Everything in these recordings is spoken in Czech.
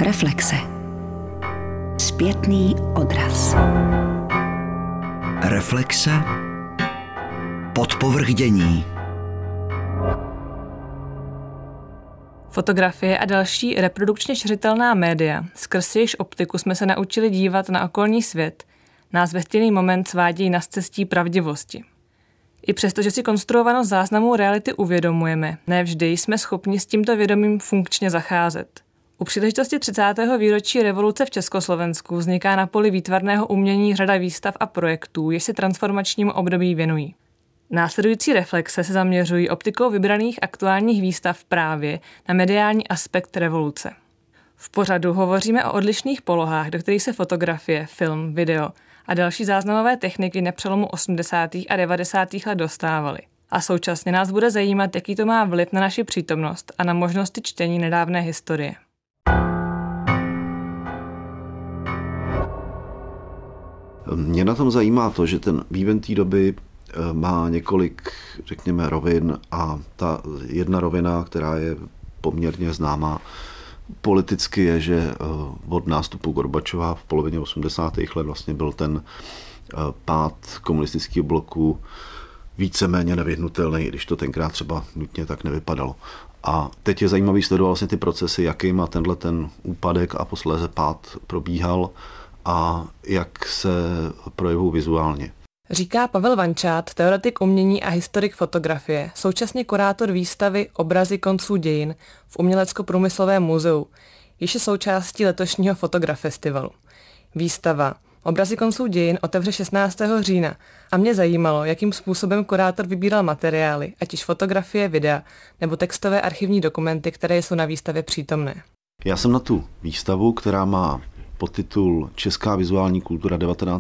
Reflexe. Zpětný odraz. Reflexe. Podpovrch dění. Fotografie a další reprodukčně šiřitelná média, skrz jejichž optiku jsme se naučili dívat na okolní svět, nás ve stejný moment svádějí na cestí pravdivosti. I přesto, že si konstruovanost záznamů reality uvědomujeme, ne vždy jsme schopni s tímto vědomím funkčně zacházet. U příležitosti 30. výročí revoluce v Československu vzniká na poli výtvarného umění řada výstav a projektů, jež se transformačnímu období věnují. Následující reflexe se zaměřují optikou vybraných aktuálních výstav právě na mediální aspekt revoluce. V pořadu hovoříme o odlišných polohách, do kterých se fotografie, film, video a další záznamové techniky na přelomu 80. a 90. let dostávaly. A současně nás bude zajímat, jaký to má vliv na naši přítomnost a na možnosti čtení nedávné historie. Mě na tom zajímá to, že ten vývoj té doby má několik, řekněme, rovin a ta jedna rovina, která je poměrně známá politicky, je, že od nástupu Gorbačova v polovině 80. let vlastně byl ten pád komunistického bloku víceméně nevyhnutelný, když to tenkrát třeba nutně tak nevypadalo. A teď je zajímavý sledovat vlastně ty procesy, jaký má tenhle ten úpadek a posléze pád probíhal a jak se projevují vizuálně. Říká Pavel Vančát, teoretik umění a historik fotografie, současně kurátor výstavy Obrazy konců dějin v Umělecko-průmyslovém muzeu, jež je součástí letošního Fotografestivalu. Výstava Obrazy konců dějin otevře 16. října a mě zajímalo, jakým způsobem kurátor vybíral materiály, ať již fotografie, videa nebo textové archivní dokumenty, které jsou na výstavě přítomné. Já jsem na tu výstavu, která má podtitul Česká vizuální kultura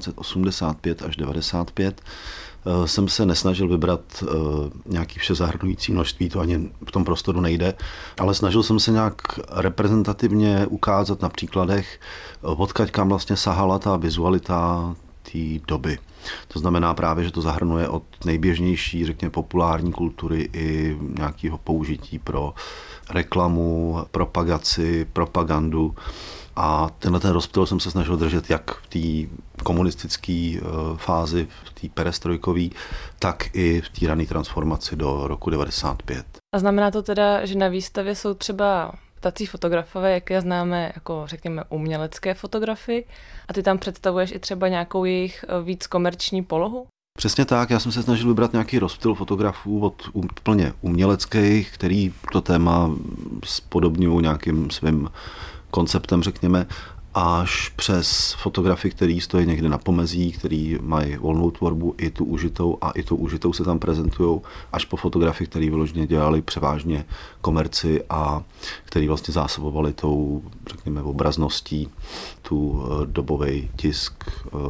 1985 až 95, jsem se nesnažil vybrat nějaký všezahrnující množství, to ani v tom prostoru nejde, ale snažil jsem se nějak reprezentativně ukázat na příkladech, odkud kam vlastně sahala ta vizualita té doby. To znamená právě, že to zahrnuje od nejběžnější, řekněme, populární kultury i nějakého použití pro reklamu, propagaci, propagandu. A ten rozptyl jsem se snažil držet jak v té komunistické fázi, v té perestrojkové, tak i v té rané transformaci do roku 95. A znamená to teda, že na výstavě jsou třeba tací fotografové, jak je známe jako, řekněme, umělecké fotografy, a ty tam představuješ i třeba nějakou jejich víc komerční polohu? Přesně tak, já jsem se snažil vybrat nějaký rozptyl fotografů od úplně uměleckých, který to téma spodobňují nějakým svým konceptem, řekněme, až přes fotografy, který stojí někde na pomezí, který mají volnou tvorbu, i tu užitou, a i tu užitou se tam prezentujou, až po fotografy, který vyloženě dělali převážně komerci a který vlastně zásobovali tou, řekněme, obrazností, tu dobový tisk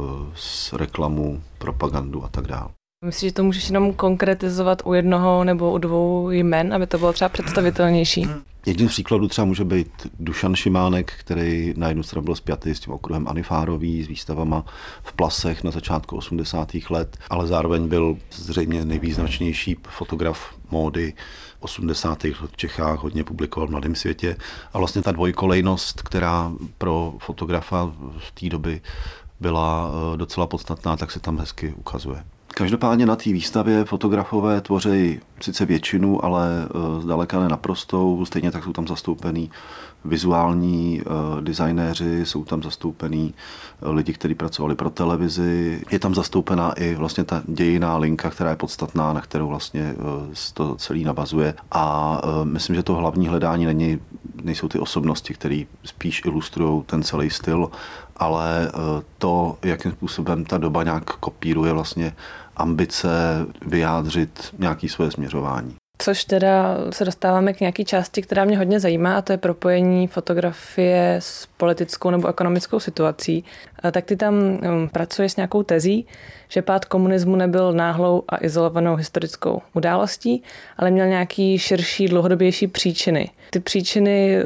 s reklamu, propagandu a tak dále. Myslíš, že to můžeš jenom konkretizovat u jednoho nebo u dvou jmen, aby to bylo třeba představitelnější? Jedním z příkladů třeba může být Dušan Šimánek, který na jednu stranu byl spjatý s tím okruhem Anny Fárový, s výstavama v Plasech na začátku 80. let, ale zároveň byl zřejmě nejvýznačnější fotograf módy 80. let v Čechách, hodně publikoval v Mladém světě. A vlastně ta dvojkolejnost, která pro fotografa v té doby byla docela podstatná, tak se tam hezky ukazuje. Každopádně na té výstavě fotografové tvoří sice většinu, ale zdaleka ne naprostou. Stejně tak jsou tam zastoupený vizuální designéři, jsou tam zastoupený lidi, kteří pracovali pro televizi. Je tam zastoupená i vlastně ta dějinná linka, která je podstatná, na kterou vlastně to celý navazuje. A myslím, že to hlavní hledání nejsou ty osobnosti, které spíš ilustrují ten celý styl, ale to, jakým způsobem ta doba nějak kopíruje vlastně ambice vyjádřit nějaké svoje směřování. Což teda se dostáváme k nějaké části, která mě hodně zajímá, a to je propojení fotografie s politickou nebo ekonomickou situací. Tak ty tam pracuješ s nějakou tezí, že pád komunismu nebyl náhlou a izolovanou historickou událostí, ale měl nějaký širší, dlouhodobější příčiny. Ty příčiny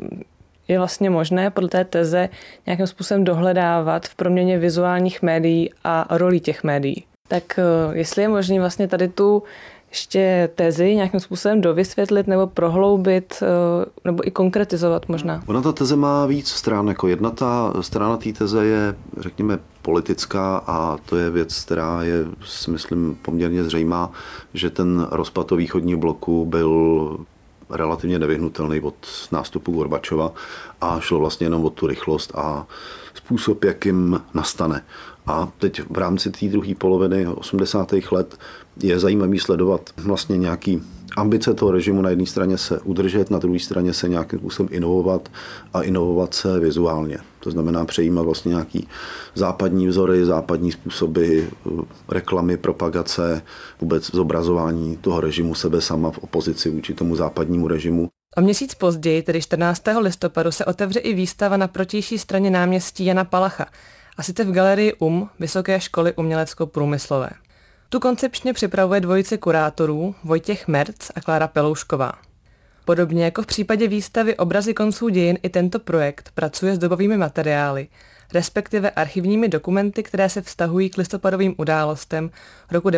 je vlastně možné podle té teze nějakým způsobem dohledávat v proměně vizuálních médií a rolí těch médií. Tak jestli je možné vlastně tady tu ještě tezi nějakým způsobem dovysvětlit nebo prohloubit nebo i konkretizovat možná? Ona ta teze má víc stran. Jako jedna ta strana té teze je, řekněme, politická a to je věc, která je, myslím, poměrně zřejmá, že ten rozpad toho východního bloku byl relativně nevyhnutelný od nástupu Gorbačova a šlo vlastně jenom o tu rychlost a způsob, jakým nastane. A teď v rámci té druhé poloviny 80. let je zajímavý sledovat vlastně nějaký ambice toho režimu na jedné straně se udržet, na druhé straně se nějakým způsobem inovovat a inovovat se vizuálně. To znamená přejímat vlastně nějaký západní vzory, západní způsoby reklamy, propagace, vůbec zobrazování toho režimu sebe sama v opozici vůči tomu západnímu režimu. O měsíc později, tedy 14. listopadu, se otevře i výstava na protější straně náměstí Jana Palacha, a sice v galerii Vysoké školy umělecko-průmyslové. Tu koncepčně připravuje dvojice kurátorů Vojtěch Merc a Klára Peloušková. Podobně jako v případě výstavy Obrazy konců dějin i tento projekt pracuje s dobovými materiály, respektive archivními dokumenty, které se vztahují k listopadovým událostem roku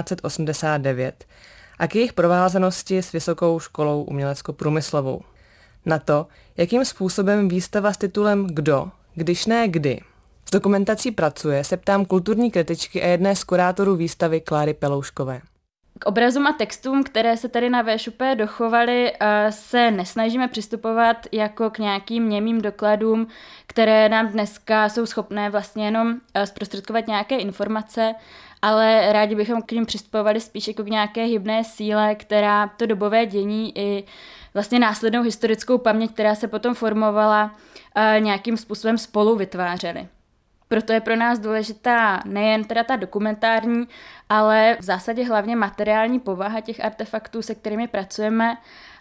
1989 a k jejich provázanosti s Vysokou školou umělecko-průmyslovou. Na to, jakým způsobem výstava s titulem Kdo, když ne kdy s dokumentací pracuje, se ptám kulturní kritičky a jedné z kurátorů výstavy Kláry Pelouškové. K obrazům a textům, které se tady na VŠP dochovaly, se nesnažíme přistupovat jako k nějakým němým dokladům, které nám dneska jsou schopné vlastně jenom zprostředkovat nějaké informace, ale rádi bychom k nim přistupovali spíš jako k nějaké hybné síle, která to dobové dění i vlastně následnou historickou paměť, která se potom formovala, nějakým způsobem spolu vytvářely. Proto je pro nás důležitá nejen teda ta dokumentární, ale v zásadě hlavně materiální povaha těch artefaktů, se kterými pracujeme,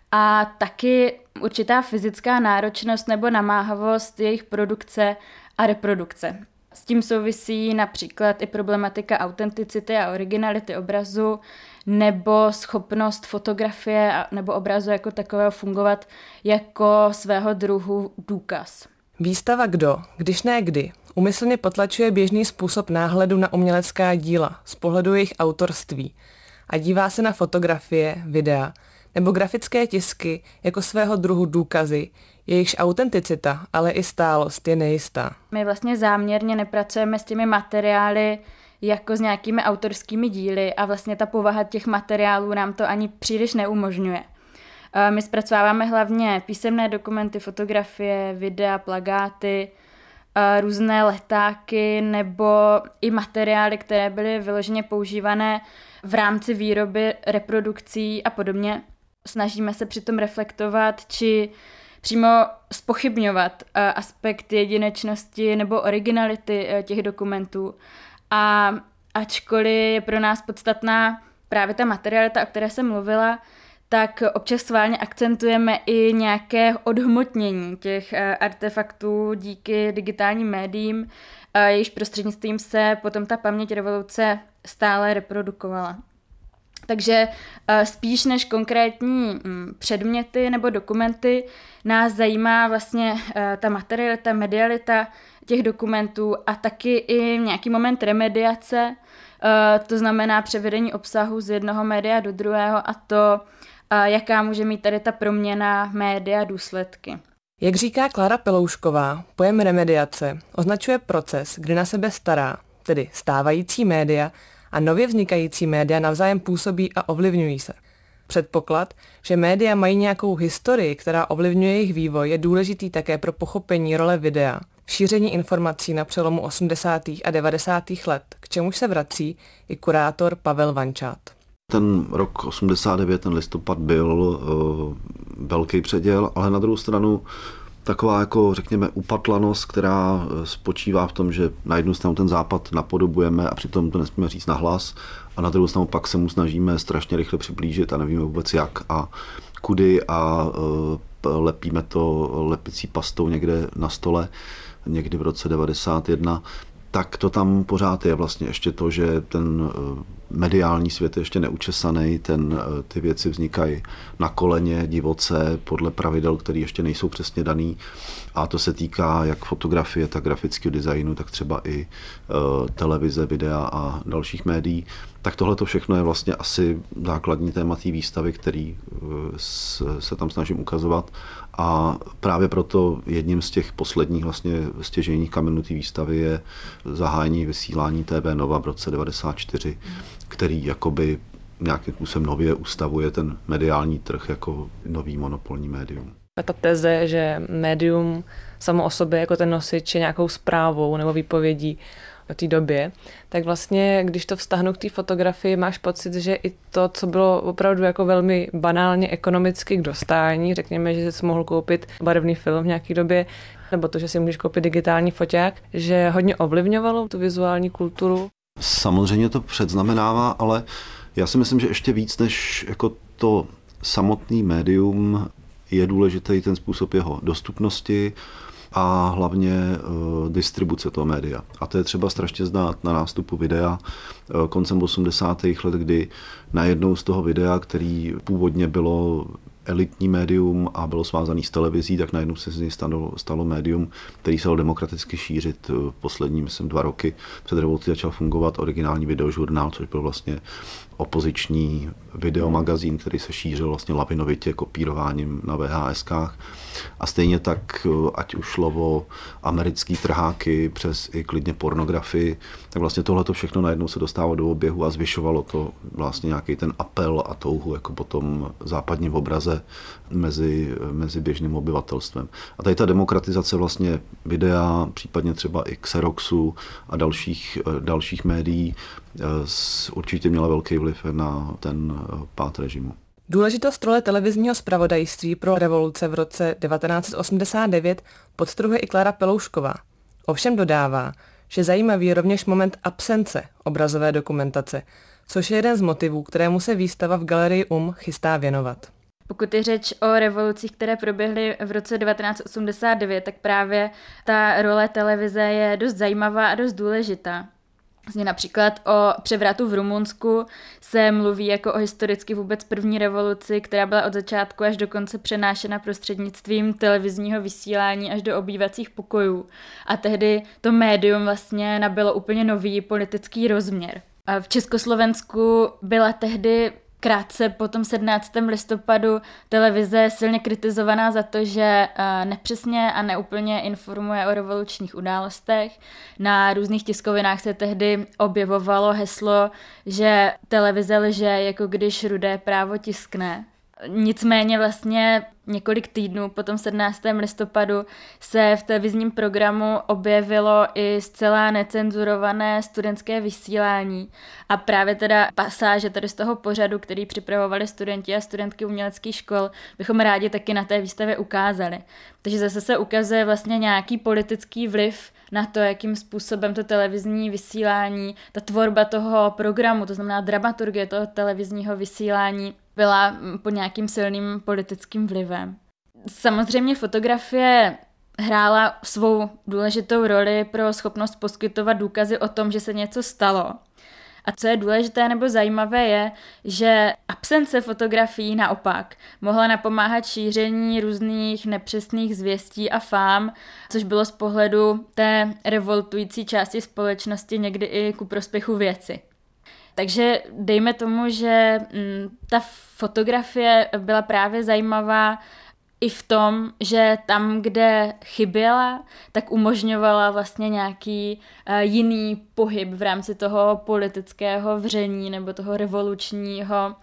a taky určitá fyzická náročnost nebo namáhavost jejich produkce a reprodukce. S tím souvisí například i problematika autenticity a originality obrazu nebo schopnost fotografie nebo obrazu jako takového fungovat jako svého druhu důkaz. Výstava Kdo, když ne kdy, úmyslně potlačuje běžný způsob náhledu na umělecká díla z pohledu jejich autorství a dívá se na fotografie, videa nebo grafické tisky jako svého druhu důkazy, jejichž autenticita, ale i stálost je nejistá. My vlastně záměrně nepracujeme s těmi materiály jako s nějakými autorskými díly a vlastně ta povaha těch materiálů nám to ani příliš neumožňuje. My zpracováváme hlavně písemné dokumenty, fotografie, videa, plakáty, různé letáky nebo i materiály, které byly vyloženě používané v rámci výroby, reprodukcí a podobně. Snažíme se přitom reflektovat či přímo zpochybňovat aspekt jedinečnosti nebo originality těch dokumentů. A ačkoliv je pro nás podstatná právě ta materialita, o které jsem mluvila, tak občas schválně akcentujeme i nějaké odhmotnění těch artefaktů díky digitálním médiím, jejichž prostřednictvím se potom ta paměť revoluce stále reprodukovala. Takže spíš než konkrétní předměty nebo dokumenty nás zajímá vlastně ta materialita, medialita těch dokumentů a taky i nějaký moment remediace, to znamená převedení obsahu z jednoho média do druhého a to, jaká může mít tady ta proměna média důsledky. Jak říká Klára Peloušková, pojem remediace označuje proces, kdy na sebe stará, tedy stávající média a nově vznikající média navzájem působí a ovlivňují se. Předpoklad, že média mají nějakou historii, která ovlivňuje jejich vývoj, je důležitý také pro pochopení role videa v šíření informací na přelomu 80. a 90. let, k čemuž se vrací i kurátor Pavel Vančát. Ten rok 89, ten listopad byl velký předěl, ale na druhou stranu taková jako řekněme upatlanost, která spočívá v tom, že na jednu stranu ten západ napodobujeme a přitom to nesmíme říct nahlas a na druhou stranu pak se mu snažíme strašně rychle přiblížit a nevíme vůbec jak a kudy a lepíme to lepicí pastou někde na stole, někdy v roce 91. Tak to tam pořád je vlastně ještě to, že ten mediální svět je ještě neučesaný, ty věci vznikají na koleně, divoce, podle pravidel, které ještě nejsou přesně daný. A to se týká jak fotografie, tak grafického designu, tak třeba i televize, videa a dalších médií. Tak tohle to všechno je vlastně asi základní téma té výstavy, který se tam snažím ukazovat. A právě proto jedním z těch posledních vlastně stěžejních kamenů té výstavy je zahájení vysílání TV Nova v roce 1994, který jakoby nějakým způsobem nově ustavuje ten mediální trh jako nový monopolní médium. A ta teze, že médium samo o sobě jako ten nosič je nějakou zprávou nebo výpovědí o té době, tak vlastně, když to vztahnu k té fotografii, máš pocit, že i to, co bylo opravdu jako velmi banálně ekonomicky k dostání, řekněme, že jsi mohl koupit barevný film v nějaké době, nebo to, že si můžeš koupit digitální foťák, že hodně ovlivňovalo tu vizuální kulturu? Samozřejmě to předznamenává, ale já si myslím, že ještě víc než jako to samotný médium je důležitý ten způsob jeho dostupnosti a hlavně distribuce toho média. A to je třeba strašně znát na nástupu videa koncem 80. let, kdy najednou z toho videa, který původně bylo elitní médium a bylo svázaný s televizí, tak najednou se z něj stalo médium, který se dal demokraticky šířit v poslední, myslím, 2 roky. Před revolucí začal fungovat originální videožurnál, což byl vlastně opoziční videomagazín, který se šířil vlastně lavinovitě kopírováním na VHSkách. A stejně tak, ať už šlo o americký trháky přes i klidně pornografii, tak vlastně tohleto všechno najednou se dostávalo do oběhu a zvyšovalo to vlastně nějaký ten apel a touhu jako po tom západním obraze mezi běžným obyvatelstvem. A tady ta demokratizace vlastně videa, případně třeba i Xeroxu a dalších médií určitě měla velký vliv na ten pád režimu. Důležitost role televizního zpravodajství pro revoluce v roce 1989 podtrhuje i Klára Peloušková. Ovšem dodává, že zajímavý je rovněž moment absence obrazové dokumentace, což je jeden z motivů, kterému se výstava v galerii chystá věnovat. Pokud je řeč o revolucích, které proběhly v roce 1989, tak právě ta role televize je dost zajímavá a dost důležitá. Vlastně například o převratu v Rumunsku se mluví jako o historicky vůbec první revoluci, která byla od začátku až do konce přenášena prostřednictvím televizního vysílání až do obývacích pokojů. A tehdy to médium vlastně nabylo úplně nový politický rozměr. A v Československu byla tehdy krátce po tom 17. listopadu televize silně kritizovaná za to, že nepřesně a neúplně informuje o revolučních událostech. Na různých tiskovinách se tehdy objevovalo heslo, že televize lže, jako když Rudé právo tiskne. Nicméně vlastně několik týdnů po tom 17. listopadu se v televizním programu objevilo i zcela necenzurované studentské vysílání a právě teda pasáže tady z toho pořadu, který připravovali studenti a studentky uměleckých škol, bychom rádi taky na té výstavě ukázali. Takže zase se ukazuje vlastně nějaký politický vliv na to, jakým způsobem to televizní vysílání, ta tvorba toho programu, to znamená dramaturgie toho televizního vysílání, byla pod nějakým silným politickým vlivem. Samozřejmě fotografie hrála svou důležitou roli pro schopnost poskytovat důkazy o tom, že se něco stalo. A co je důležité nebo zajímavé je, že absence fotografií naopak mohla napomáhat šíření různých nepřesných zvěstí a fám, což bylo z pohledu té revoltující části společnosti někdy i ku prospěchu věci. Takže dejme tomu, že ta fotografie byla právě zajímavá i v tom, že tam, kde chyběla, tak umožňovala vlastně nějaký jiný pohyb v rámci toho politického vření nebo toho revolučního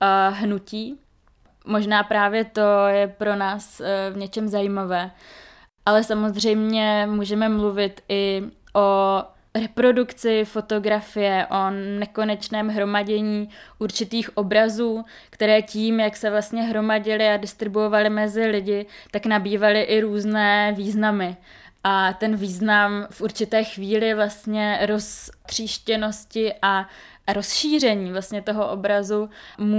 hnutí. Možná právě to je pro nás v něčem zajímavé. Ale samozřejmě můžeme mluvit i o reprodukci fotografie, o nekonečném hromadění určitých obrazů, které tím, jak se vlastně hromadily a distribuovaly mezi lidi, tak nabývaly i různé významy. A ten význam v určité chvíli vlastně roztříštěnosti a rozšíření vlastně toho obrazu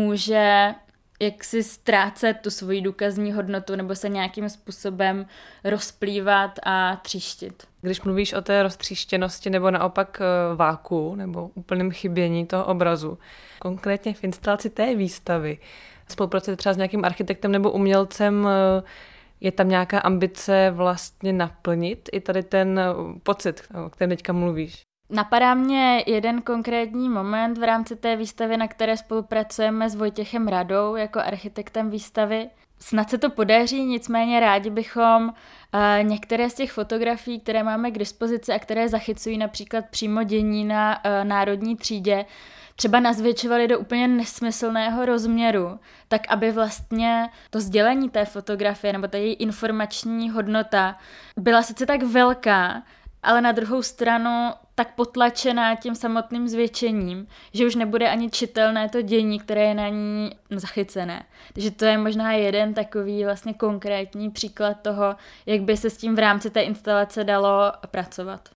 může jaksi ztrácet tu svoji důkazní hodnotu nebo se nějakým způsobem rozplývat a tříštit. Když mluvíš o té roztříštěnosti nebo naopak váku nebo úplném chybění toho obrazu, konkrétně v instalaci té výstavy, spolupracujete třeba s nějakým architektem nebo umělcem, je tam nějaká ambice vlastně naplnit i tady ten pocit, o kterém teďka mluvíš? Napadá mě jeden konkrétní moment v rámci té výstavy, na které spolupracujeme s Vojtěchem Radou jako architektem výstavy. Snad se to podaří, nicméně rádi bychom některé z těch fotografií, které máme k dispozici a které zachycují například přímo dění na Národní třídě, třeba nazvětšovali do úplně nesmyslného rozměru, tak aby vlastně to sdělení té fotografie nebo ta její informační hodnota byla sice tak velká, ale na druhou stranu tak potlačená tím samotným zvětšením, že už nebude ani čitelné to dění, které je na ní zachycené. Takže to je možná jeden takový vlastně konkrétní příklad toho, jak by se s tím v rámci té instalace dalo pracovat.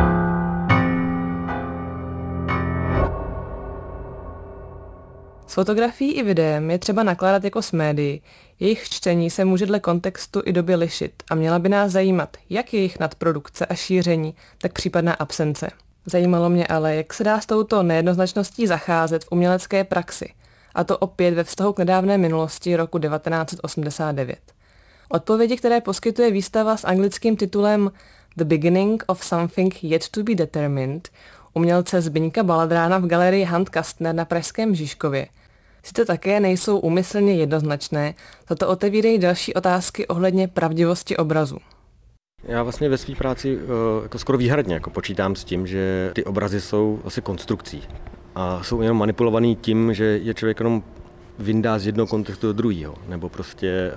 S fotografií i videem je třeba nakládat jako s médií. Jejich čtení se může dle kontextu i doby lišit a měla by nás zajímat jak jejich nadprodukce a šíření, tak případná absence. Zajímalo mě ale, jak se dá s touto nejednoznačností zacházet v umělecké praxi, a to opět ve vztahu k nedávné minulosti roku 1989. Odpovědi, které poskytuje výstava s anglickým titulem The Beginning of Something Yet to be Determined umělce Zbyňka Baladrána v galerii Hand Kastner na pražském Žižkově, sice také nejsou úmyslně jednoznačné, zato otevírají další otázky ohledně pravdivosti obrazu. Já vlastně ve své práci jako skoro výhradně jako počítám s tím, že ty obrazy jsou vlastně konstrukcí a jsou jenom manipulovaný tím, že je člověk jenom vyndá z jednoho kontextu do druhého, nebo prostě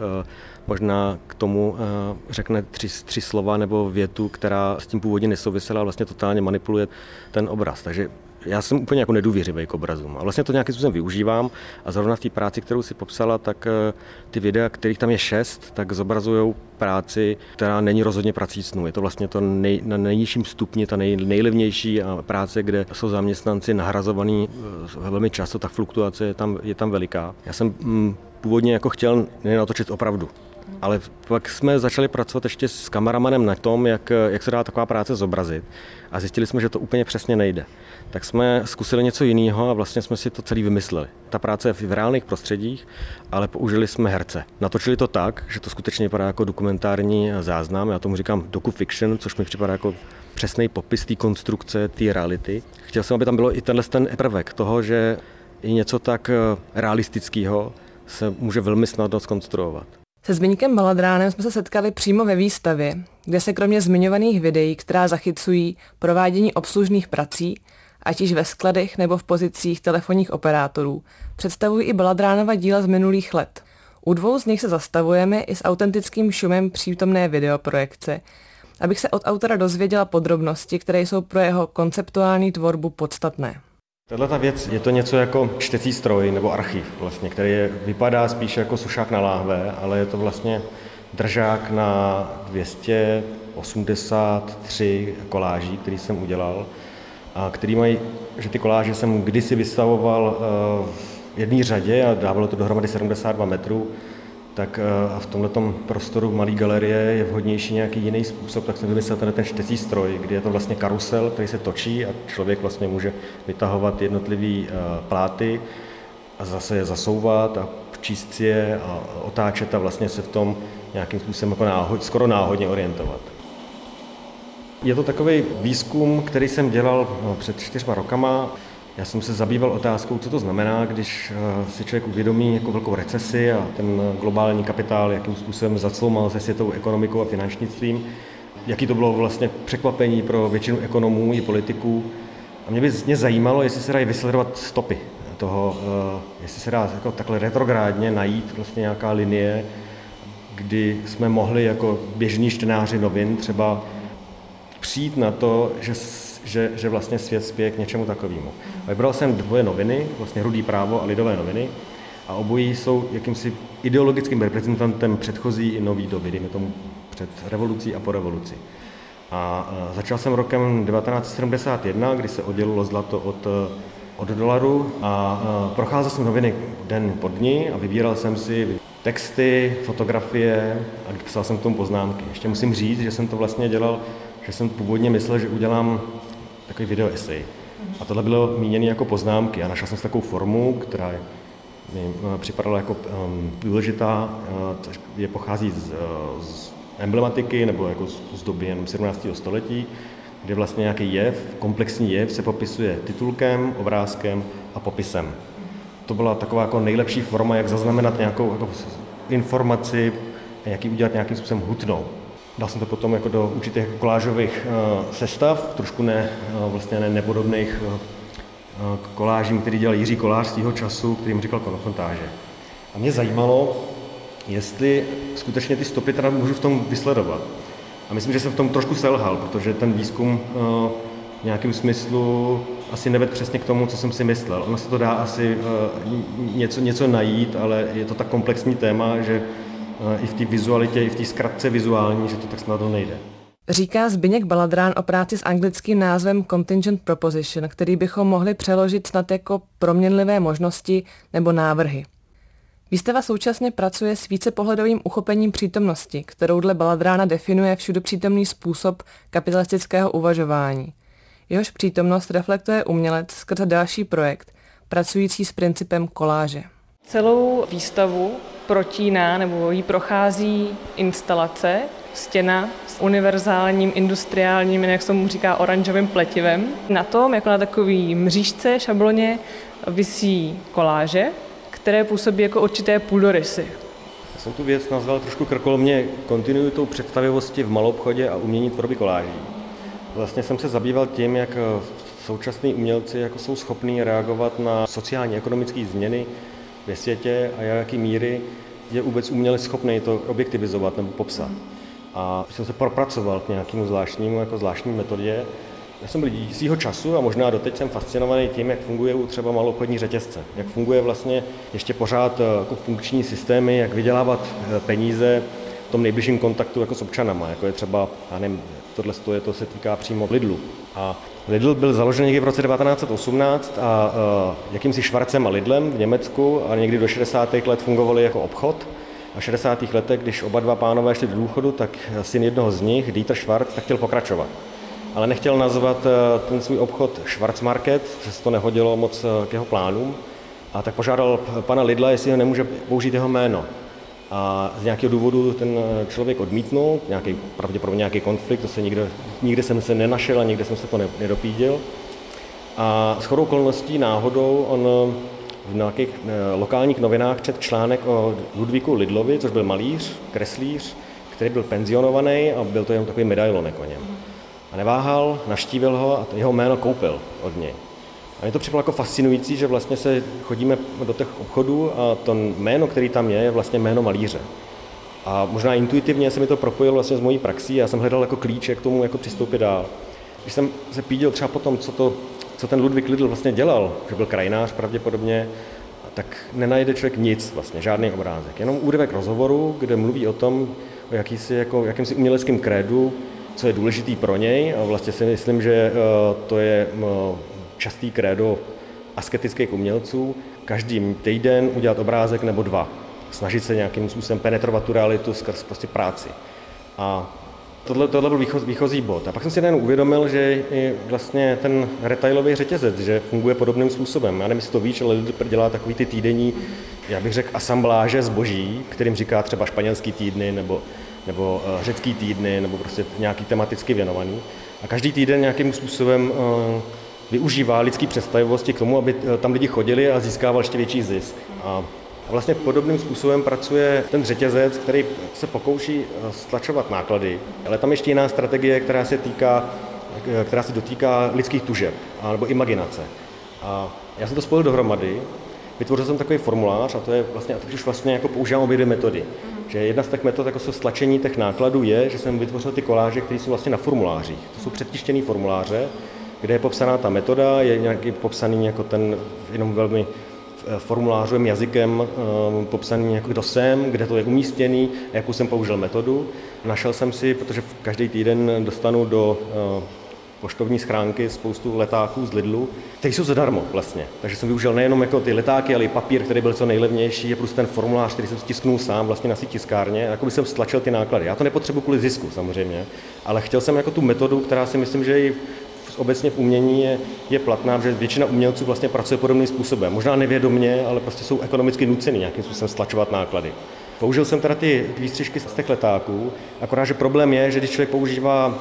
možná k tomu řekne tři slova nebo větu, která s tím původně nesouvisela a vlastně totálně manipuluje ten obraz. Takže já jsem úplně jako nedůvěřivý k obrazům a vlastně to nějakým způsobem využívám a zrovna v té práci, kterou si popsala, tak ty videa, kterých tam je 6, tak zobrazují práci, která není rozhodně prací snů. Je to vlastně to na nejnižším stupni, ta nejlevnější práce, kde jsou zaměstnanci nahrazovaní velmi často, tak fluktuace je tam veliká. Já jsem původně jako chtěl natočit opravdu. Ale pak jsme začali pracovat ještě s kameramanem na tom, jak se dá taková práce zobrazit a zjistili jsme, že to úplně přesně nejde. Tak jsme zkusili něco jiného a vlastně jsme si to celý vymysleli. Ta práce je v reálných prostředích, ale použili jsme herce. Natočili to tak, že to skutečně vypadá jako dokumentární záznam, já tomu říkám docu-fiction, což mi připadá jako přesný popis té konstrukce, té reality. Chtěl jsem, aby tam bylo i ten prvek toho, že i něco tak realistického se může velmi snadno zkonstruovat. Se Zbyňkem Baladránem jsme se setkali přímo ve výstavě, kde se kromě zmiňovaných videí, která zachycují provádění obslužných prací, ať již ve skladech nebo v pozicích telefonních operátorů, představují i Baladránova díla z minulých let. U 2 z nich se zastavujeme i s autentickým šumem přítomné videoprojekce, abych se od autora dozvěděla podrobnosti, které jsou pro jeho konceptuální tvorbu podstatné. Tato věc je to něco jako čtecí stroj nebo archiv, vlastně, který vypadá spíš jako sušák na láhve, ale je to vlastně držák na 283 koláží, který jsem udělal, a který mají, že ty koláže jsem kdysi vystavoval v jedné řadě a dávalo to dohromady 72 metrů, tak v tomhletom prostoru malé galerie je vhodnější nějaký jiný způsob, tak jsem vymyslel ten čtecí stroj, kdy je to vlastně karusel, který se točí a člověk vlastně může vytahovat jednotlivý pláty a zase je zasouvat a číst si je a otáčet a vlastně se v tom nějakým způsobem jako skoro náhodně orientovat. Je to takový výzkum, který jsem dělal před 4 rokama. Já jsem se zabýval otázkou, co to znamená, když si člověk uvědomí jako velkou recesi a ten globální kapitál, jakým způsobem zacloumal se světovou ekonomikou a finančnictvím. Jaký to bylo vlastně překvapení pro většinu ekonomů i politiků. A mě zajímalo, jestli se dají vysledovat stopy toho, jestli se dá jako takhle retrográdně najít vlastně nějaká linie, kdy jsme mohli jako běžní čtenáři novin třeba přijít na to, že vlastně svět spěje k něčemu takovému. Vybral jsem 2 noviny, vlastně Rudý právo a Lidové noviny, a obojí jsou jakýmsi ideologickým reprezentantem předchozí i nový doby, dejme tomu před revolucí a po revoluci. A začal jsem rokem 1971, kdy se oddělilo zlato od dolaru a procházel jsem noviny den po dni a vybíral jsem si texty, fotografie a psal jsem k tomu poznámky. Ještě musím říct, že jsem to vlastně dělal, že jsem původně myslel, že udělám takový video esej. A tohle bylo míněné jako poznámky a našel jsem si takovou formu, která mi připadala jako důležitá, pochází z emblematiky nebo jako z doby jen 17. století. kde vlastně nějaký jev, komplexní jev se popisuje titulkem, obrázkem a popisem. To byla taková jako nejlepší forma, jak zaznamenat nějakou jako informaci, jak ji udělat nějakým způsobem hutnou. Dal jsem to potom jako do určitých kolážových sestav, trošku vlastně nepodobných kolážím, který dělal Jiří Kolář z toho času, který mu říkal konfrontáže. A mě zajímalo, jestli skutečně ty stopy teda můžu v tom vysledovat. A myslím, že jsem v tom trošku selhal, protože ten výzkum v nějakém smyslu asi nevedl přesně k tomu, co jsem si myslel. Ono se to dá asi něco najít, ale je to tak komplexní téma, že i v té vizualitě, i v té zkratce vizuální, že to tak snadno nejde. Říká Zbyněk Baladrán o práci s anglickým názvem Contingent Proposition, který bychom mohli přeložit snad jako proměnlivé možnosti nebo návrhy. Výstava současně pracuje s vícepohledovým uchopením přítomnosti, kterou dle Baladrána definuje všudopřítomný způsob kapitalistického uvažování. Jehož přítomnost reflektuje umělec skrze další projekt, pracující s principem koláže. Celou výstavu protíná nebo jí prochází instalace, stěna s univerzálním industriálním, jak se mu říká, oranžovým pletivem. Na tom, jako na takový mřížce, šabloně, visí koláže, které působí jako určité půdorysy. Já jsem tu věc nazval trošku krkolomně kontinuitou představivosti v maloobchodě a umění tvorby koláží. Vlastně jsem se zabýval tím, jak současní umělci jako jsou schopní reagovat na sociální ekonomické změny ve světě a jaký míry je vůbec umělec schopný to objektivizovat nebo popsat. A jsem se propracoval k nějakému zvláštní metodě. Já jsem byl svýho času a možná doteď jsem fascinovaný tím, jak funguje třeba maloobchodní řetězce. Jak funguje vlastně ještě pořád jako funkční systémy, jak vydělávat peníze v tom nejbližším kontaktu jako s občanama, jako je třeba, já nevím, to se týká přímo Lidlu. A Lidl byl založen někdy v roce 1918 a jakýmsi Schwarzem a Lidlem v Německu a někdy do 60. let fungovali jako obchod. A v 60. letech, když oba dva pánové šli do důchodu, tak syn jednoho z nich, Dieter Schwarz, tak chtěl pokračovat. Ale nechtěl nazvat ten svůj obchod Schwarzmarket, protože to nehodilo moc k jeho plánům. A tak požádal pana Lidla, jestli ho nemůže použít jeho jméno. A z nějakého důvodu ten člověk odmítnul, pravděpodobně nějaký konflikt, to se nikde jsem se nenašel a nikde jsem se to nedopídil. A shodou okolností náhodou on v nějakých lokálních novinách četl článek o Ludvíku Lidlovi, což byl malíř, kreslíř, který byl penzionovaný a byl to jen takový medailonek o něm. A neváhal, navštívil ho a jeho jméno koupil od něj. A mě to připadlo jako fascinující, že vlastně se chodíme do těch obchodů a to jméno, který tam je vlastně jméno malíře. A možná intuitivně se mi to propojilo vlastně s mojí praxí a já jsem hledal jako klíč, jak k tomu jako přistoupit dál. Když jsem se pídil třeba potom, co ten Ludvík Lidl vlastně dělal, že byl krajinář pravděpodobně, tak nenajde člověk nic vlastně, žádný obrázek. Jenom úryvek rozhovoru, kde mluví o tom, o jakýmsi uměleckém krédu, co je důležitý pro něj a vlastně si myslím, že to je častý krédo asketických umělců, každý týden udělat obrázek nebo dva. Snažit se nějakým způsobem penetrovat tu realitu skrz prostě práci. A tohle byl výchozí bod. A pak jsem si najednou uvědomil, že vlastně ten retailový řetězec, že funguje podobným způsobem. Já nevím, jestli to víš, ale Lidl dělá takový ty týdenní, já bych řekl, asambláže zboží, kterým říká třeba španělský týdny nebo řecký týdny, nebo prostě nějaký tematicky věnovaný. A každý týden nějakým způsobem využívá lidský představivosti k tomu, aby tam lidi chodili a získával ještě větší zisk. A vlastně podobným způsobem pracuje ten řetězec, který se pokouší stlačovat náklady, ale tam ještě jiná strategie, která se dotýká lidských tužeb nebo imaginace. A já jsem to spojil dohromady, vytvořil jsem takový formulář a to je vlastně, a teď už vlastně jako používám obě dvě metody. Že jedna z těch metod jako stlačení těch nákladů je, že jsem vytvořil ty koláže, které jsou vlastně na formulářích. To jsou předtištěné formuláře, kde je popsaná ta metoda, je nějaký popsaný jako ten jenom velmi formulářovým jazykem popsaný jako kdo jsem, kde to je umístěný a jakou jsem použil metodu. Našel jsem si, protože každý týden dostanu do poštovní schránky spoustu letáků z Lidlu, které jsou zadarmo vlastně. Takže jsem využil nejenom jako ty letáky, ale i papír, který byl co nejlevnější, plus ten formulář, který jsem stisknul sám vlastně na tiskárně, jako by jsem stlačil ty náklady. Já to nepotřebuji kvůli zisku samozřejmě, ale chtěl jsem jako tu metodu, která si myslím, že i obecně v umění je platná, že většina umělců vlastně pracuje podobným způsobem. Možná nevědomě, ale prostě jsou ekonomicky nuceni nějakým způsobem stlačovat náklady. Použil jsem teda ty výstřižky z těch letáků, akorát, že problém je, že když člověk používá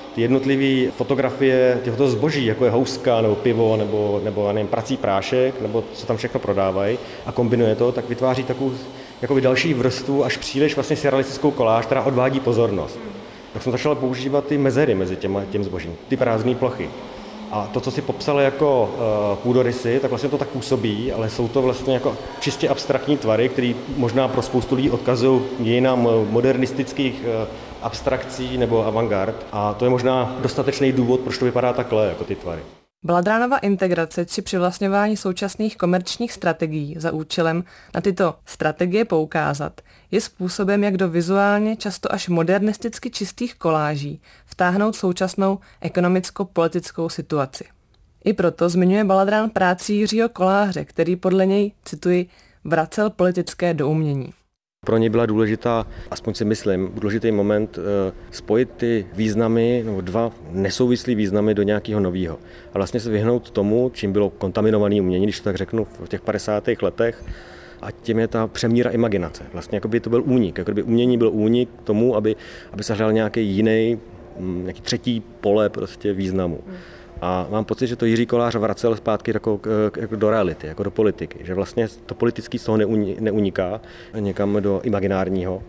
ty jednotlivé fotografie těchto zboží, jako je houska nebo pivo nebo nevím, prací prášek, nebo co tam všechno prodávají a kombinuje to, tak vytváří takovou jakoby další vrstvu až příliš vlastně surrealistickou koláž, která odvádí pozornost. Tak jsem začal používat ty mezery mezi těm zbožím, ty prázdné plochy. A to, co si popsal jako půdorysy, tak vlastně to tak působí, ale jsou to vlastně jako čistě abstraktní tvary, které možná pro spoustu lidí odkazují dějinám modernistických abstrakcí nebo avantgard. A to je možná dostatečný důvod, proč to vypadá takhle, jako ty tvary. Baladránova integrace či přivlastňování současných komerčních strategií za účelem na tyto strategie poukázat je způsobem, jak do vizuálně často až modernisticky čistých koláží vtáhnout současnou ekonomicko-politickou situaci. I proto zmiňuje Baladrán práci Jiřího Koláře, který podle něj, cituji, vracel politické do umění. Pro něj byla důležitá, aspoň si myslím, důležitý moment spojit ty významy, nebo dva nesouvislý významy do nějakého nového. A vlastně se vyhnout tomu, čím bylo kontaminované umění, když to tak řeknu, v těch 50. letech, a tím je ta přemíra imaginace. Vlastně jako by to byl únik, jako by umění byl únik k tomu, aby se hřál nějaký jiný, nějaký třetí pole prostě významu. A mám pocit, že to Jiří Kolář vracel zpátky jako do reality, jako do politiky. Že vlastně to politický z toho neuniká někam do imaginárního.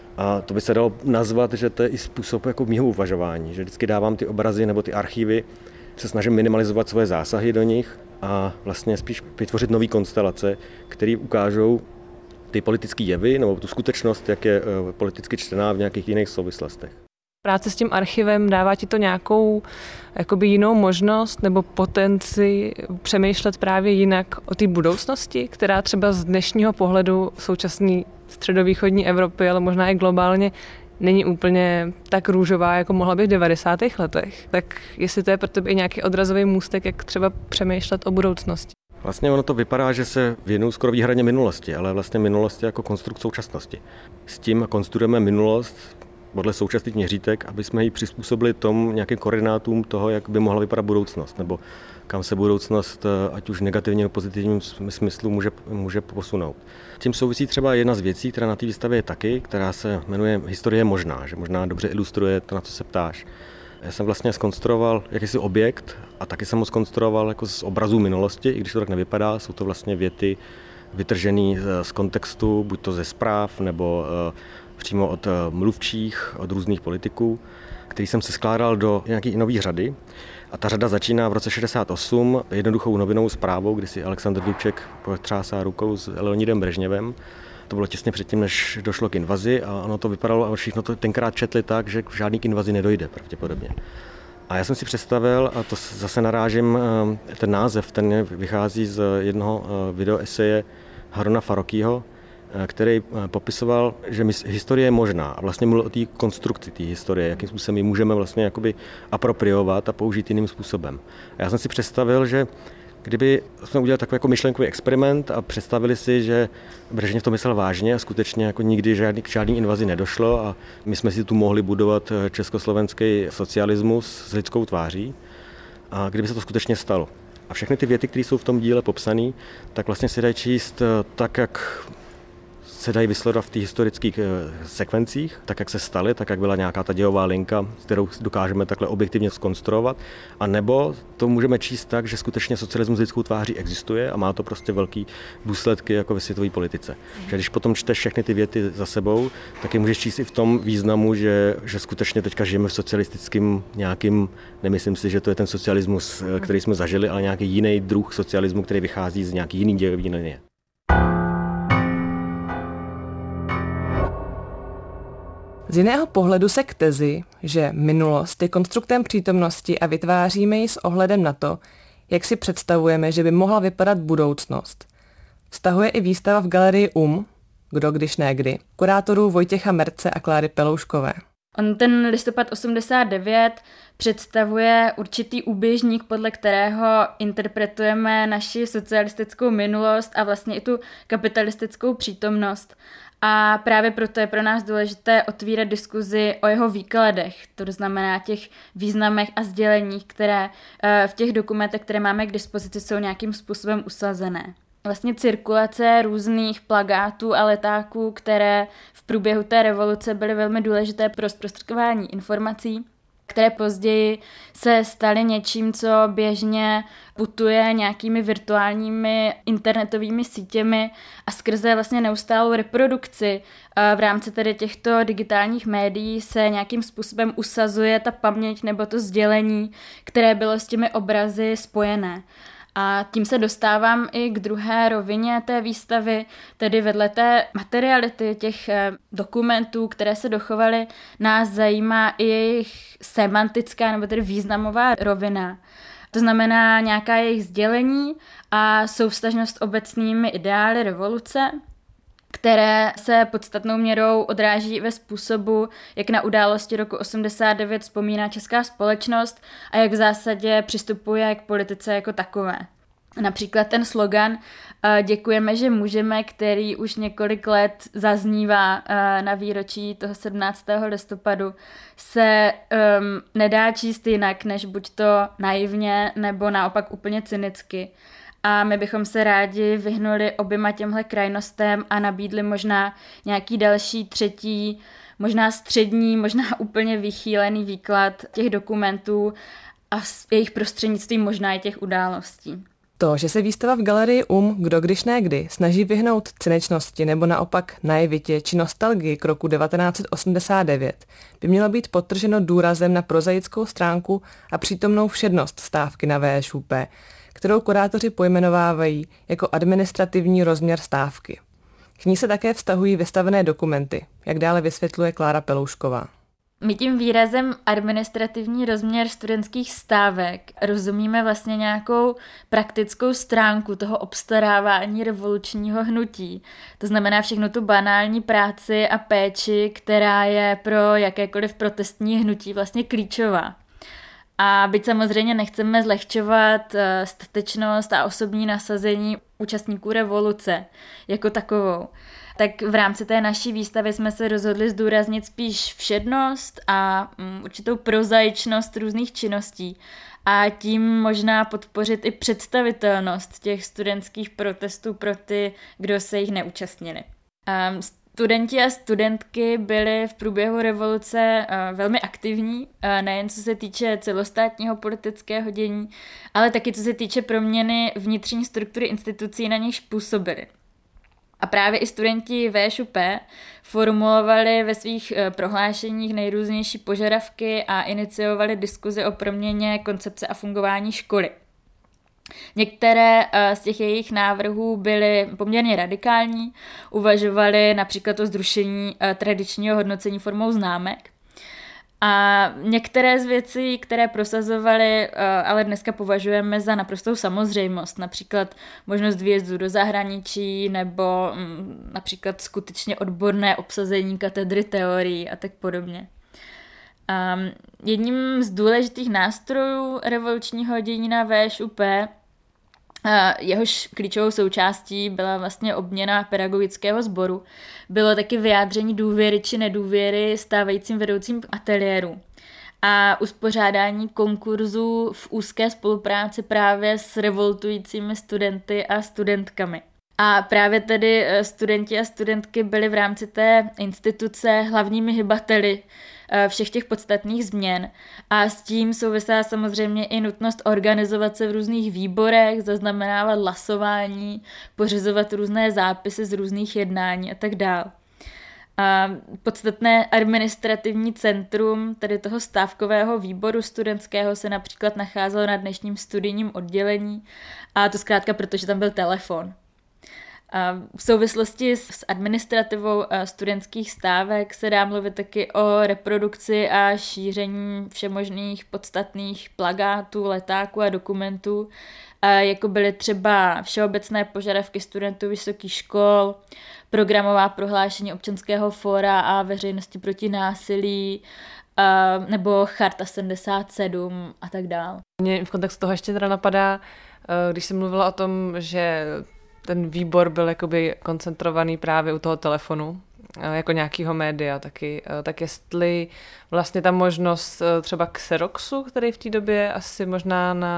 A to by se dalo nazvat, že to je i způsob jako mýho uvažování. Že vždycky dávám ty obrazy nebo ty archívy, se snažím minimalizovat svoje zásahy do nich a vlastně spíš vytvořit nové konstelace, které ukážou ty politické jevy nebo tu skutečnost, jak je politicky čtená v nějakých jiných souvislostech. Práce s tím archivem dává ti to nějakou jakoby jinou možnost nebo potenci přemýšlet právě jinak o té budoucnosti, která třeba z dnešního pohledu současné středovýchodní Evropy, ale možná i globálně, není úplně tak růžová, jako mohla být v 90. letech. Tak jestli to je pro tebe i nějaký odrazový můstek, jak třeba přemýšlet o budoucnosti. Vlastně ono to vypadá, že se věnuju skoro výhradně minulosti, ale vlastně minulosti jako konstrukt současnosti. S tím konstruujeme minulost podle současných měřítek, aby jsme ji přizpůsobili tomu nějakým koordinátům toho, jak by mohla vypadat budoucnost, nebo kam se budoucnost, ať už v negativním nebo pozitivním smyslu, může posunout. Tím souvisí třeba jedna z věcí, která na té výstavě je taky, která se jmenuje Historie možná, že možná dobře ilustruje to, na co se ptáš. Já jsem vlastně zkonstruoval jakýsi objekt a taky jsem ho zkonstruoval jako z obrazů minulosti, i když to tak nevypadá, jsou to vlastně věty vytržené z kontextu, buď to ze zpráv, nebo přímo od mluvčích, od různých politiků, který jsem se skládal do nějaké nové řady. A ta řada začíná v roce 68 jednoduchou novinovou zprávou, kdy si Alexandr Dubček potřásá rukou s Leonidem Brežněvem. To bylo těsně předtím, než došlo k invazi a ono to vypadalo, a všichni to tenkrát četli tak, že k žádný invazi nedojde pravděpodobně. A já jsem si představil, a to zase narážím, ten název, ten vychází z jednoho videoeseje Haruna Farokího, který popisoval, že historie je možná a vlastně mluvil o té konstrukci té historie, jakým způsobem ji můžeme vlastně jakoby apropriovat a použít jiným způsobem. A já jsem si představil, že kdyby jsme udělali takový jako myšlenkový experiment a představili si, že Brežněv to myslel vážně a skutečně jako nikdy k žádný invazi nedošlo a my jsme si tu mohli budovat československý socialismus s lidskou tváří, a kdyby se to skutečně stalo. A všechny ty věty, které jsou v tom díle popsané, tak vlastně se dají číst tak, jak se dají vysledovat v těch historických sekvencích, tak jak se staly, tak jak byla nějaká ta dějová linka, kterou dokážeme takhle objektivně zkonstruovat, a nebo to můžeme číst tak, že skutečně socialismus s lidskou tváří existuje a má to prostě velký důsledky jako ve světové politice. Že když potom čteš všechny ty věty za sebou, tak je můžeš číst i v tom významu, že skutečně teďka žijeme v socialistickém nějakým, nemyslím si, že to je ten socialismus, který jsme zažili, ale nějaký jiný druh socialismu, který vychází z nějaký jiný dějový linie. Z jiného pohledu se k tezi, že minulost je konstruktem přítomnosti a vytváříme ji s ohledem na to, jak si představujeme, že by mohla vypadat budoucnost, vztahuje i výstava v galerii Kdo když ne kdy, kurátorů Vojtěcha Merce a Kláry Pelouškové. On ten listopad 89 představuje určitý úběžník, podle kterého interpretujeme naši socialistickou minulost a vlastně i tu kapitalistickou přítomnost. A právě proto je pro nás důležité otvírat diskuzi o jeho výkladech, to znamená těch významech a sděleních, které v těch dokumentech, které máme k dispozici, jsou nějakým způsobem usazené. Vlastně cirkulace různých plakátů a letáků, které v průběhu té revoluce byly velmi důležité pro zprostředkování informací, které později se staly něčím, co běžně putuje nějakými virtuálními internetovými sítěmi a skrze vlastně neustálou reprodukci v rámci tedy těchto digitálních médií se nějakým způsobem usazuje ta paměť nebo to sdělení, které bylo s těmi obrazy spojené. A tím se dostávám i k druhé rovině té výstavy, tedy vedle té materiality těch dokumentů, které se dochovaly, nás zajímá i jejich semantická nebo tedy významová rovina. To znamená nějaká jejich sdělení a souvztažnost obecnými ideály revoluce, které se podstatnou měrou odráží ve způsobu, jak na události roku 89 vzpomíná česká společnost a jak v zásadě přistupuje k politice jako takové. Například ten slogan Děkujeme, že můžeme, který už několik let zaznívá na výročí toho 17. listopadu, se nedá číst jinak, než buď to naivně, nebo naopak úplně cynicky. A my bychom se rádi vyhnuli oběma těmhle krajnostem a nabídli možná nějaký další třetí, možná střední, možná úplně vychýlený výklad těch dokumentů a jejich prostřednictvím možná i těch událostí. To, že se výstava v galerii kdo když ne kdy, snaží vyhnout cynečnosti nebo naopak naivitě či nostalgii k roku 1989, by mělo být podtrženo důrazem na prozaickou stránku a přítomnou všednost stávky na VŠUP, kterou kurátoři pojmenovávají jako administrativní rozměr stávky. K ní se také vztahují vystavené dokumenty, jak dále vysvětluje Klára Peloušková. My tím výrazem administrativní rozměr studentských stávek rozumíme vlastně nějakou praktickou stránku toho obstarávání revolučního hnutí. To znamená všechno tu banální práci a péči, která je pro jakékoliv protestní hnutí vlastně klíčová. A byť samozřejmě nechceme zlehčovat statečnost a osobní nasazení účastníků revoluce jako takovou, tak v rámci té naší výstavy jsme se rozhodli zdůraznit spíš všednost a určitou prozaičnost různých činností a tím možná podpořit i představitelnost těch studentských protestů pro ty, kdo se jich neúčastnili. Studenti a studentky byli v průběhu revoluce velmi aktivní, nejen co se týče celostátního politického dění, ale taky co se týče proměny vnitřní struktury institucí, na nichž působili. A právě i studenti VŠUP formulovali ve svých prohlášeních nejrůznější požadavky a iniciovali diskuzi o proměně koncepce a fungování školy. Některé z těch jejich návrhů byly poměrně radikální, uvažovali například o zrušení tradičního hodnocení formou známek. A některé z věcí, které prosazovali, ale dneska považujeme za naprostou samozřejmost, například možnost výjezdu do zahraničí nebo například skutečně odborné obsazení katedry teorií a tak podobně. Jedním z důležitých nástrojů revolučního dění na VŠUP, jehož klíčovou součástí byla vlastně obměna pedagogického sboru, bylo taky vyjádření důvěry či nedůvěry stávajícím vedoucím ateliéru a uspořádání konkurzů v úzké spolupráci právě s revoltujícími studenty a studentkami. A právě tedy studenti a studentky byli v rámci té instituce hlavními hybateli všech těch podstatných změn a s tím souvisela samozřejmě i nutnost organizovat se v různých výborech, zaznamenávat hlasování, pořizovat různé zápisy z různých jednání a tak dále. Podstatné administrativní centrum tedy toho stávkového výboru studentského se například nacházelo na dnešním studijním oddělení a to zkrátka protože tam byl telefon. V souvislosti s administrativou studentských stávek se dá mluvit taky o reprodukci a šíření všemožných podstatných plakátů, letáků a dokumentů, jako byly třeba všeobecné požadavky studentů vysokých škol, programová prohlášení občanského fóra a veřejnosti proti násilí, nebo Charta 77 a tak dále. Mně v kontextu toho ještě teda napadá, když jsem mluvila o tom, že ten výbor byl jakoby koncentrovaný právě u toho telefonu, jako nějakého média taky, tak jestli vlastně ta možnost třeba Xeroxu, který v té době asi možná na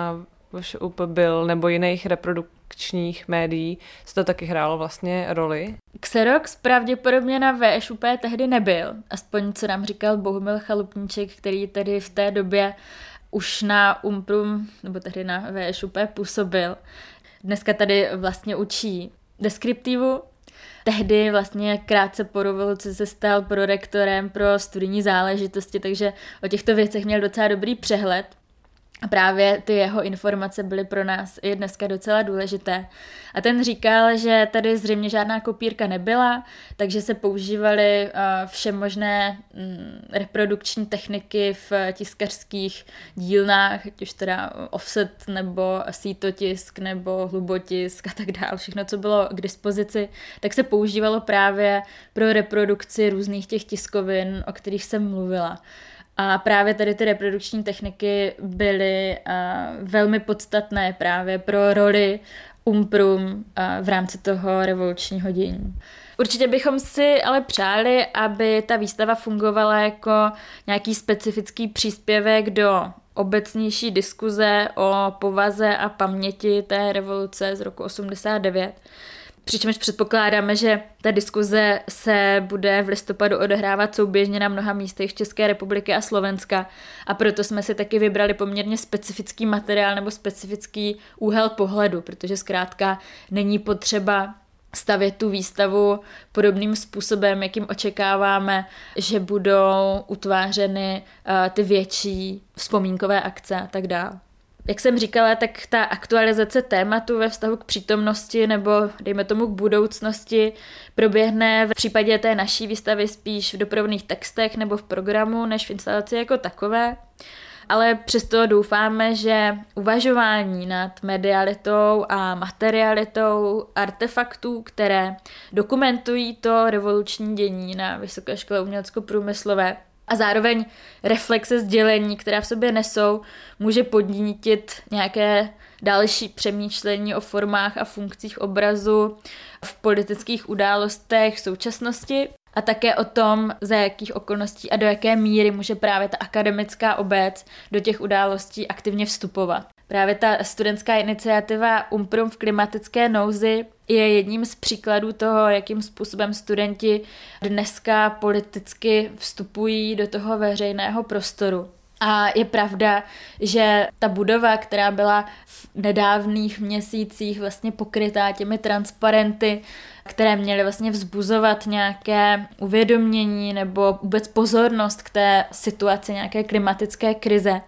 VŠUP byl, nebo jiných reprodukčních médií, se to taky hrálo vlastně roli? Xerox pravděpodobně na VŠUP tehdy nebyl, aspoň co nám říkal Bohumil Chalupníček, který tedy v té době už na Umprum, nebo tehdy na VŠUP působil. Dneska tady vlastně učí deskriptivu. Tehdy vlastně krátce po revoluci se stal prorektorem pro studijní záležitosti, takže o těchto věcech měl docela dobrý přehled. A právě ty jeho informace byly pro nás i dneska docela důležité. A ten říkal, že tady zřejmě žádná kopírka nebyla, takže se používaly všemožné reprodukční techniky v tiskařských dílnách, ať už teda offset nebo sítotisk nebo hlubotisk a tak dále. Všechno, co bylo k dispozici, tak se používalo právě pro reprodukci různých těch tiskovin, o kterých jsem mluvila. A právě tady ty reprodukční techniky byly velmi podstatné právě pro roli Umprum v rámci toho revolučního dění. Určitě bychom si ale přáli, aby ta výstava fungovala jako nějaký specifický příspěvek do obecnější diskuze o povaze a paměti té revoluce z roku 89. Přičemž předpokládáme, že ta diskuze se bude v listopadu odehrávat souběžně na mnoha místech České republiky a Slovenska a proto jsme si taky vybrali poměrně specifický materiál nebo specifický úhel pohledu, protože zkrátka není potřeba stavět tu výstavu podobným způsobem, jakým očekáváme, že budou utvářeny ty větší vzpomínkové akce a tak dále. Jak jsem říkala, tak ta aktualizace tématu ve vztahu k přítomnosti nebo dejme tomu k budoucnosti proběhne v případě té naší výstavy spíš v doprovodných textech nebo v programu, než v instalaci jako takové. Ale přesto doufáme, že uvažování nad medialitou a materialitou artefaktů, které dokumentují to revoluční dění na Vysoké škole umělecko-průmyslové, a zároveň reflexe sdělení, která v sobě nesou, může podnítit nějaké další přemýšlení o formách a funkcích obrazu v politických událostech v současnosti a také o tom, za jakých okolností a do jaké míry může právě ta akademická obec do těch událostí aktivně vstupovat. Právě ta studentská iniciativa Umprum v klimatické nouzi je jedním z příkladů toho, jakým způsobem studenti dneska politicky vstupují do toho veřejného prostoru. A je pravda, že ta budova, která byla v nedávných měsících vlastně pokrytá těmi transparenty, které měly vlastně vzbuzovat nějaké uvědomění nebo vůbec pozornost k té situaci nějaké klimatické krize,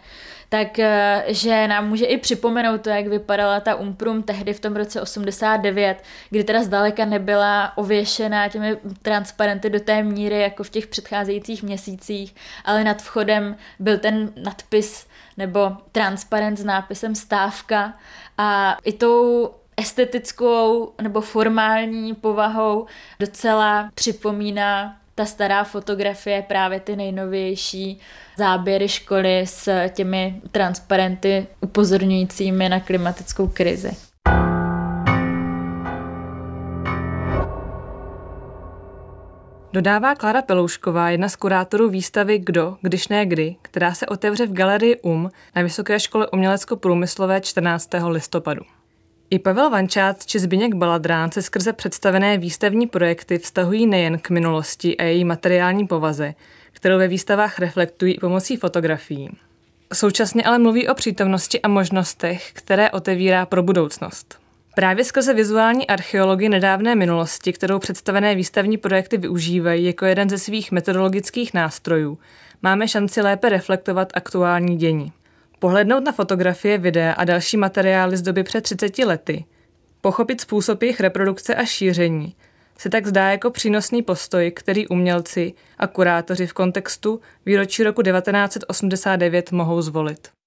takže nám může i připomenout to, jak vypadala ta Umprum tehdy v tom roce 89, kdy teda zdaleka nebyla ověšená těmi transparenty do té míry jako v těch předcházejících měsících, ale nad vchodem byl ten nadpis nebo transparent s nápisem stávka a i tou estetickou nebo formální povahou docela připomíná ta stará fotografie, právě ty nejnovější záběry školy s těmi transparenty upozorňujícími na klimatickou krizi. Dodává Klára Peloušková, jedna z kurátorů výstavy Kdo, když ne kdy, která se otevře v galerii na Vysoké škole umělecko-průmyslové 14. listopadu. I Pavel Vančát či Zbyněk Baladrán se skrze představené výstavní projekty vztahují nejen k minulosti a její materiální povaze, kterou ve výstavách reflektují pomocí fotografií. Současně ale mluví o přítomnosti a možnostech, které otevírá pro budoucnost. Právě skrze vizuální archeologii nedávné minulosti, kterou představené výstavní projekty využívají jako jeden ze svých metodologických nástrojů, máme šanci lépe reflektovat aktuální dění. Pohlednout na fotografie, videa a další materiály z doby před 30 lety, pochopit způsob jejich reprodukce a šíření, se tak zdá jako přínosný postoj, který umělci a kurátoři v kontextu výročí roku 1989 mohou zvolit.